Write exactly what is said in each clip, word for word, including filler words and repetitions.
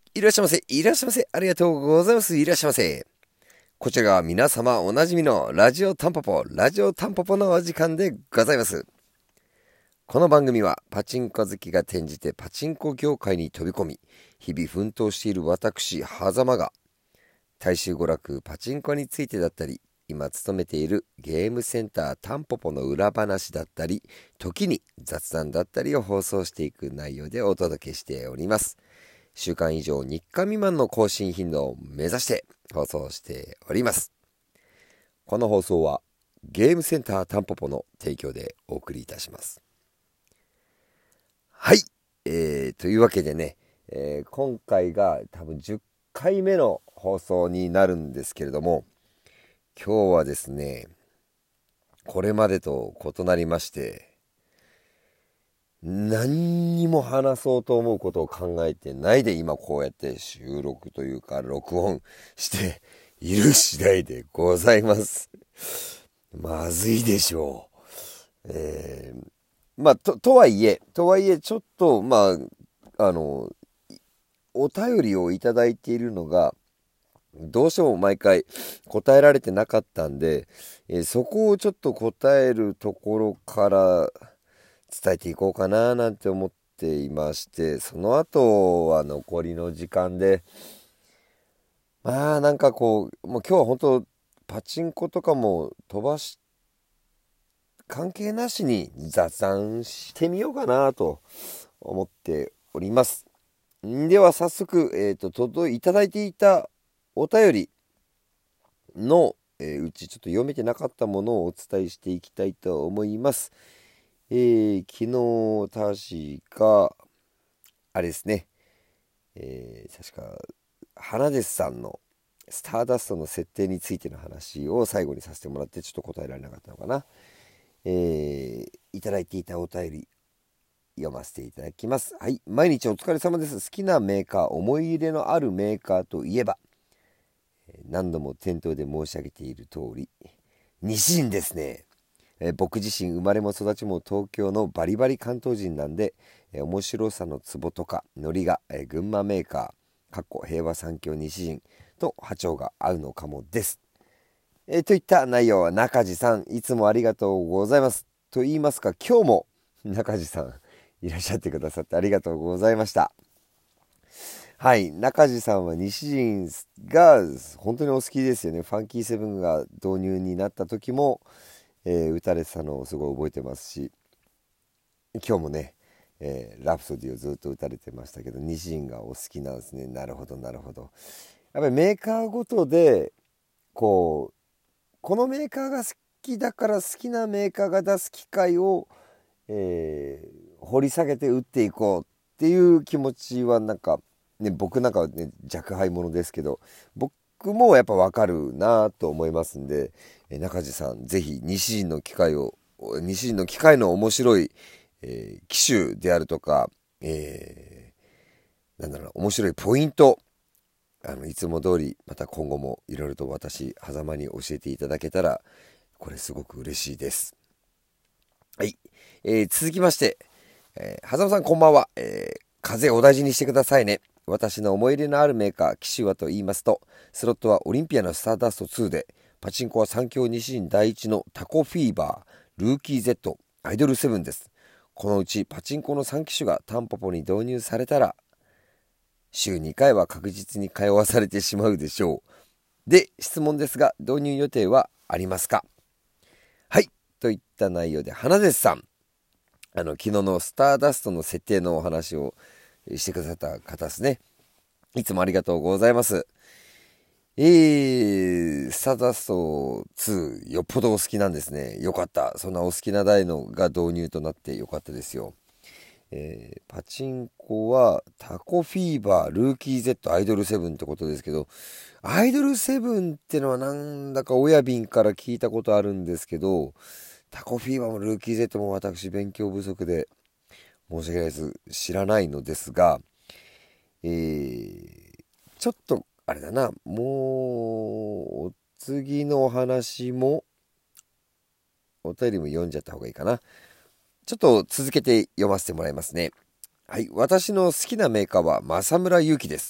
いらっしゃいませ、いらっしゃいませ、ありがとうございます、いらっしゃいませ。こちらが皆様おなじみのラジオタンポポ、ラジオタンポポのお時間でございます。この番組はパチンコ好きが転じてパチンコ業界に飛び込み、日々奮闘している私、狭間が、大衆娯楽パチンコについてだったり、今勤めているゲームセンタータンポポの裏話だったり、時に雑談だったりを放送していく内容でお届けしております。週間以上日課未満の更新頻度を目指して放送しております。この放送はゲームセンタータンポポの提供でお送りいたします。はい、えー、というわけでね、えー、今回が多分じゅっかいめの放送になるんですけれども、今日はですね、これまでと異なりまして、何にも話そうと思うことを考えてないで今こうやって収録というか録音している次第でございます。まずいでしょう。えー、まあと、とはいえ、とはいえちょっとまあ、あの、お便りをいただいているのがどうしても毎回答えられてなかったんで、えーそこをちょっと答えるところから伝えていこうかななんて思っていまして、その後は残りの時間で、まあなんかこう、もう今日は本当パチンコとかも飛ばし、関係なしに雑談してみようかなと思っております。んでは早速、えっと、届いいただいていたお便りの、えーうちちょっと読めてなかったものをお伝えしていきたいと思います。えー昨日確か、あれですね、えー確か、花ですさんのスターダストの設定についての話を最後にさせてもらってちょっと答えられなかったのかな。えーいただいていたお便り読ませていただきます。はい。毎日お疲れ様です。好きなメーカー、思い入れのあるメーカーといえば、えー何度も店頭で申し上げている通り、西陣ですね。えー僕自身生まれも育ちも東京のバリバリ関東人なんで、えー面白さのツボとかノリが、えー群馬メーカーかっこ平和三協西陣と波長が合うのかもです。えーといった内容は中地さんいつもありがとうございます。と言いますか今日も中地さんいらっしゃってくださってありがとうございました。はい、中地さんは西陣が本当にお好きですよね。ファンキーセブンが導入になった時も、えー打たれてたのをすごい覚えてますし、今日もね、えーラプソディをずっと打たれてましたけど、西陣がお好きなんですね。なるほどなるほど。やっぱりメーカーごとでこうこのメーカーが好きだから好きなメーカーが出す機械を、えー掘り下げて打っていこうっていう気持ちはなんか、ね、僕なんかはね若輩者ですけど僕もやっぱ分かるなと思いますんで、えー中地さんぜひ西陣の機械を西陣の機械の面白い、えー機種であるとか、えーなんだろう面白いポイント、あのいつも通りまた今後もいろいろと私狭間に教えていただけたらこれすごく嬉しいです。はい、えー続きまして、えー、狭間さんこんばんは、えー風邪お大事にしてくださいね。私の思い入れのあるメーカー機種はと言いますと、スロットはオリンピアのスターダストツーで、パチンコは三強西陣第一のタコフィーバー、ルーキー Z、アイドルセブンです。このうちパチンコのさん機種がタンポポに導入されたら週にかいは確実に通わされてしまうでしょう。で、質問ですが、導入予定はありますか？はい。といった内容で、花ですさん。あの、昨日のスターダストの設定のお話をしてくださった方ですね。いつもありがとうございます。えー、スターダストツー、よっぽどお好きなんですね。よかった。そんなお好きな台のが導入となってよかったですよ。えーパチンコはタコフィーバー、ルーキー Z、アイドルセブンってことですけど、アイドルセブンってのはなんだか親瓶から聞いたことあるんですけど、タコフィーバーもルーキー Z も私勉強不足で申し訳ないです。知らないのですが、えーちょっとあれだな、もうお次のお話もお便りも読んじゃった方がいいかな。ちょっと続けて読ませてもらいますね。はい、私の好きなメーカーは正村勇紀です。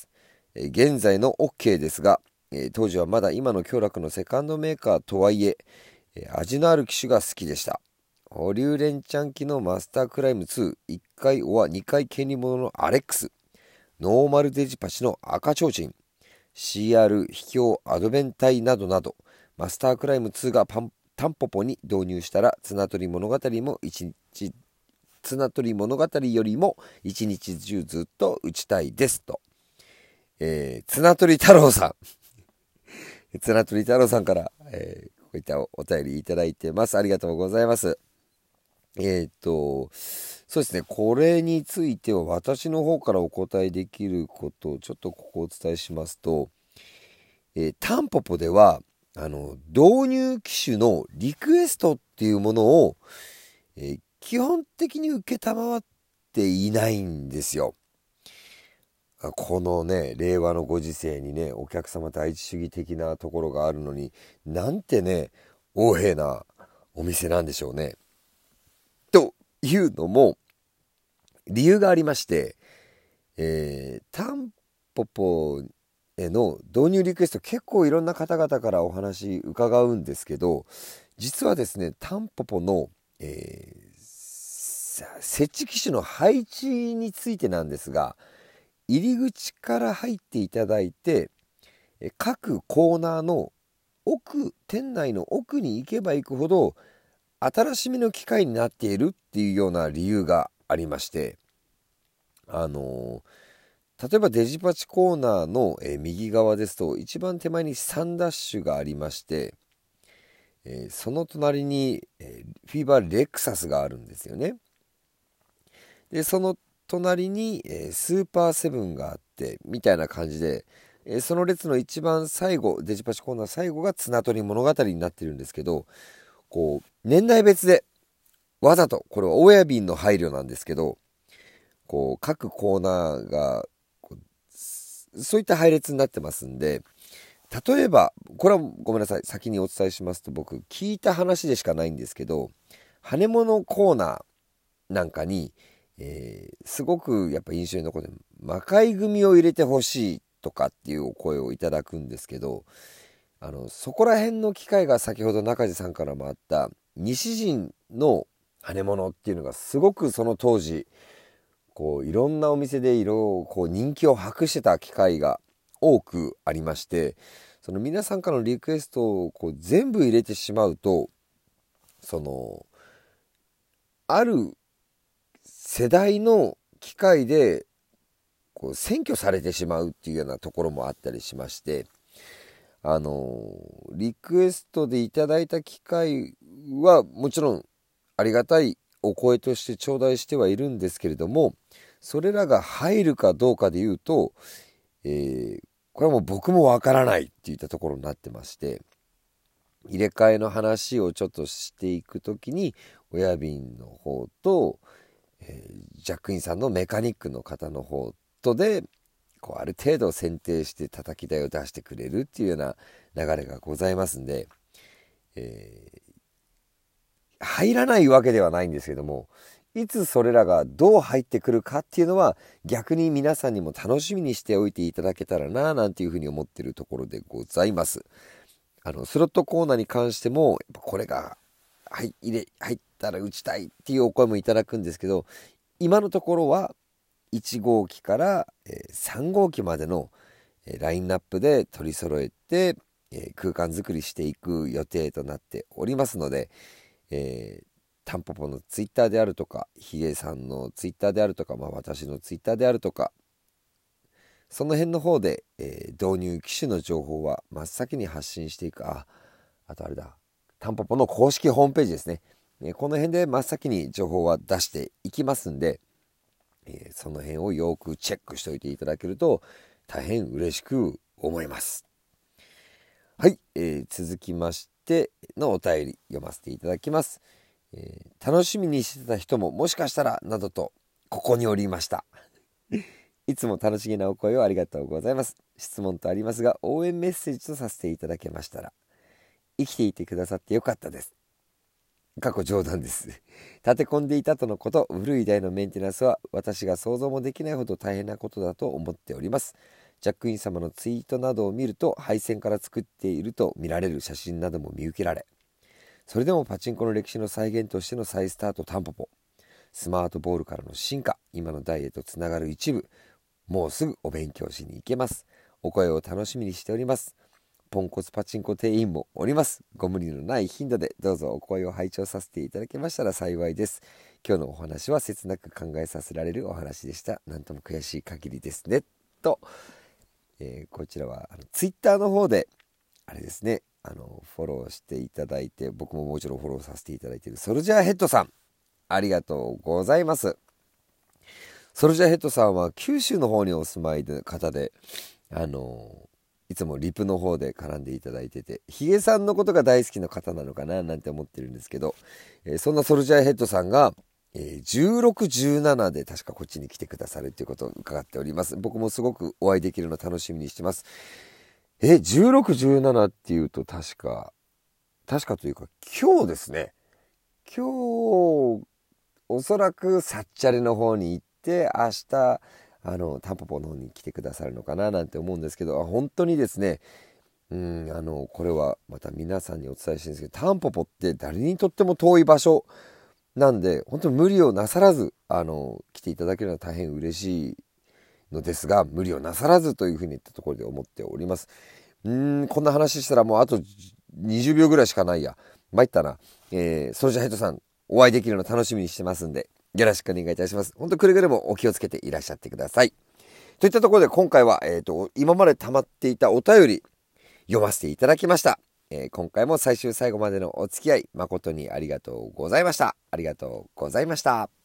えー現在の OK ですが、えー当時はまだ今の強楽のセカンドメーカーとはいえ、えー味のある機種が好きでした。保留連チャン機のマスタークライムツー、いっかいオアにかい権利物のアレックス、ノーマルデジパシの赤ちょうちん、シーアール 秘境アドベンタイなどなど、マスタークライムツーがパンタンポポに導入したら、綱取り物語も一日、綱取り物語よりも一日中ずっと打ちたいですと。えー、綱取り太郎さん。綱取り太郎さんから、えーこういったお便りいただいてます。ありがとうございます。えっと、そうですね。これについては私の方からお答えできることをちょっとここお伝えしますと、えータンポポでは、あの、導入機種のリクエストっていうものを、えー基本的に受けたまわっていないんですよ。あこのね、令和のご時世にね、お客様第一主義的なところがあるのに、なんてね、横柄なお店なんでしょうね。というのも、理由がありまして、えータンポポへの導入リクエスト結構いろんな方々からお話伺うんですけど、実はですね、タンポポの、えーさ設置機種の配置についてなんですが、入り口から入っていただいて、え各コーナーの奥、店内の奥に行けば行くほど新しめの機械になっているっていうような理由がありまして、あのー例えばデジパチコーナーの、えー右側ですと一番手前にさんダッシュがありまして、えーその隣に、えーフィーバーレクサスがあるんですよね。でその隣に、えースーパーセブンがあってみたいな感じで、えーその列の一番最後、デジパチコーナー最後が綱取り物語になってるんですけど、こう年代別でわざと、これは親瓶の配慮なんですけど、こう各コーナーがこうそういった配列になってますんで、例えばこれはごめんなさい、先にお伝えしますと、僕聞いた話でしかないんですけど、羽物コーナーなんかに、えーすごくやっぱ印象に残る魔界組を入れてほしいとかっていうお声をいただくんですけど、あのそこら辺の機会が先ほど中地さんからもあった西陣の羽物っていうのがすごくその当時こういろんなお店で色こう人気を博してた機会が多くありまして、その皆さんからのリクエストをこう全部入れてしまうと、そのある世代の機械でこう占拠されてしまうっていうようなところもあったりしまして、あのリクエストでいただいた機会はもちろんありがたいお声として頂戴してはいるんですけれども、それらが入るかどうかで言うと、えーこれはもう僕もわからないっていったところになってまして、入れ替えの話をちょっとしていくときに親瓶の方と、えージャックインさんのメカニックの方の方とでこうある程度選定して叩き台を出してくれるっていうような流れがございますんで、えー入らないわけではないんですけども、いつそれらがどう入ってくるかっていうのは逆に皆さんにも楽しみにしておいていただけたらななんていうふうに思っているところでございます。あのスロットコーナーに関してもやっぱこれが入入れ入ったら打ちたいっていうお声もいただくんですけど、今のところはいち号機から、えーさん号機までの、えーラインナップで取り揃えて、えー空間づくりしていく予定となっておりますので、えータンポポのツイッターであるとか、ヒゲさんのツイッターであるとか、まあ、私のツイッターであるとか、その辺の方で、えー導入機種の情報は真っ先に発信していく。あ、あとあれだ。タンポポの公式ホームページですね。えーこの辺で真っ先に情報は出していきますんで、えーその辺をよくチェックしておいていただけると大変嬉しく思います。はい、えー続きましてのお便り読ませていただきます。えー楽しみにしてた人ももしかしたらなどとここにおりました。いつも楽しげなお声をありがとうございます。質問とありますが、応援メッセージとさせていただけましたら、生きていてくださってよかったです。過去冗談です。立て込んでいたとのこと。古い台のメンテナンスは私が想像もできないほど大変なことだと思っております。 ジャックイン様のツイートなどを見ると配線から作っていると見られる写真なども見受けられ、それでもパチンコの歴史の再現としての再スタートタンポポ、スマートボールからの進化、今の代へとつながる一部、もうすぐお勉強しに行けます。お声を楽しみにしております。ポンコツパチンコ店員もおります。ご無理のない頻度でどうぞお声を拝聴させていただけましたら幸いです。今日のお話は切なく考えさせられるお話でした。なんとも悔しい限りですねと、えー、こちらはあのツイッターの方であれですね、あのフォローしていただいて、僕ももちろんフォローさせていただいているソルジャーヘッドさん、ありがとうございます。ソルジャーヘッドさんは九州の方にお住まいの方で、あのいつもリプの方で絡んでいただいてて、ヒゲさんのことが大好きな方なのかななんて思ってるんですけど、えー、そんなソルジャーヘッドさんが、えー、じゅうろく、じゅうななで確かこっちに来てくださるということを伺っております。僕もすごくお会いできるの楽しみにしてます。え、じゅうろく、じゅうななっていうと確か、確かというか今日ですね。今日、おそらくサッチャレの方に行って、明日、あのタンポポの方に来てくださるのかななんて思うんですけど、本当にですね、うんあのこれはまた皆さんにお伝えしてるんですけど、タンポポって誰にとっても遠い場所なんで、本当に無理をなさらずあの来ていただけるのは大変嬉しいのですが、無理をなさらずというふうに言ったところで思っております。うーんこんな話したらもうあとにじゅうびょうぐらいしかないや。参ったな。えー、ソルジャーヘッドさんお会いできるの楽しみにしてますんで、よろしくお願いいたします。本当くれぐれもお気をつけていらっしゃってください。といったところで今回は、えーと、今まで溜まっていたお便り読ませていただきました。えー、今回も最終最後までのお付き合い誠にありがとうございました。ありがとうございました。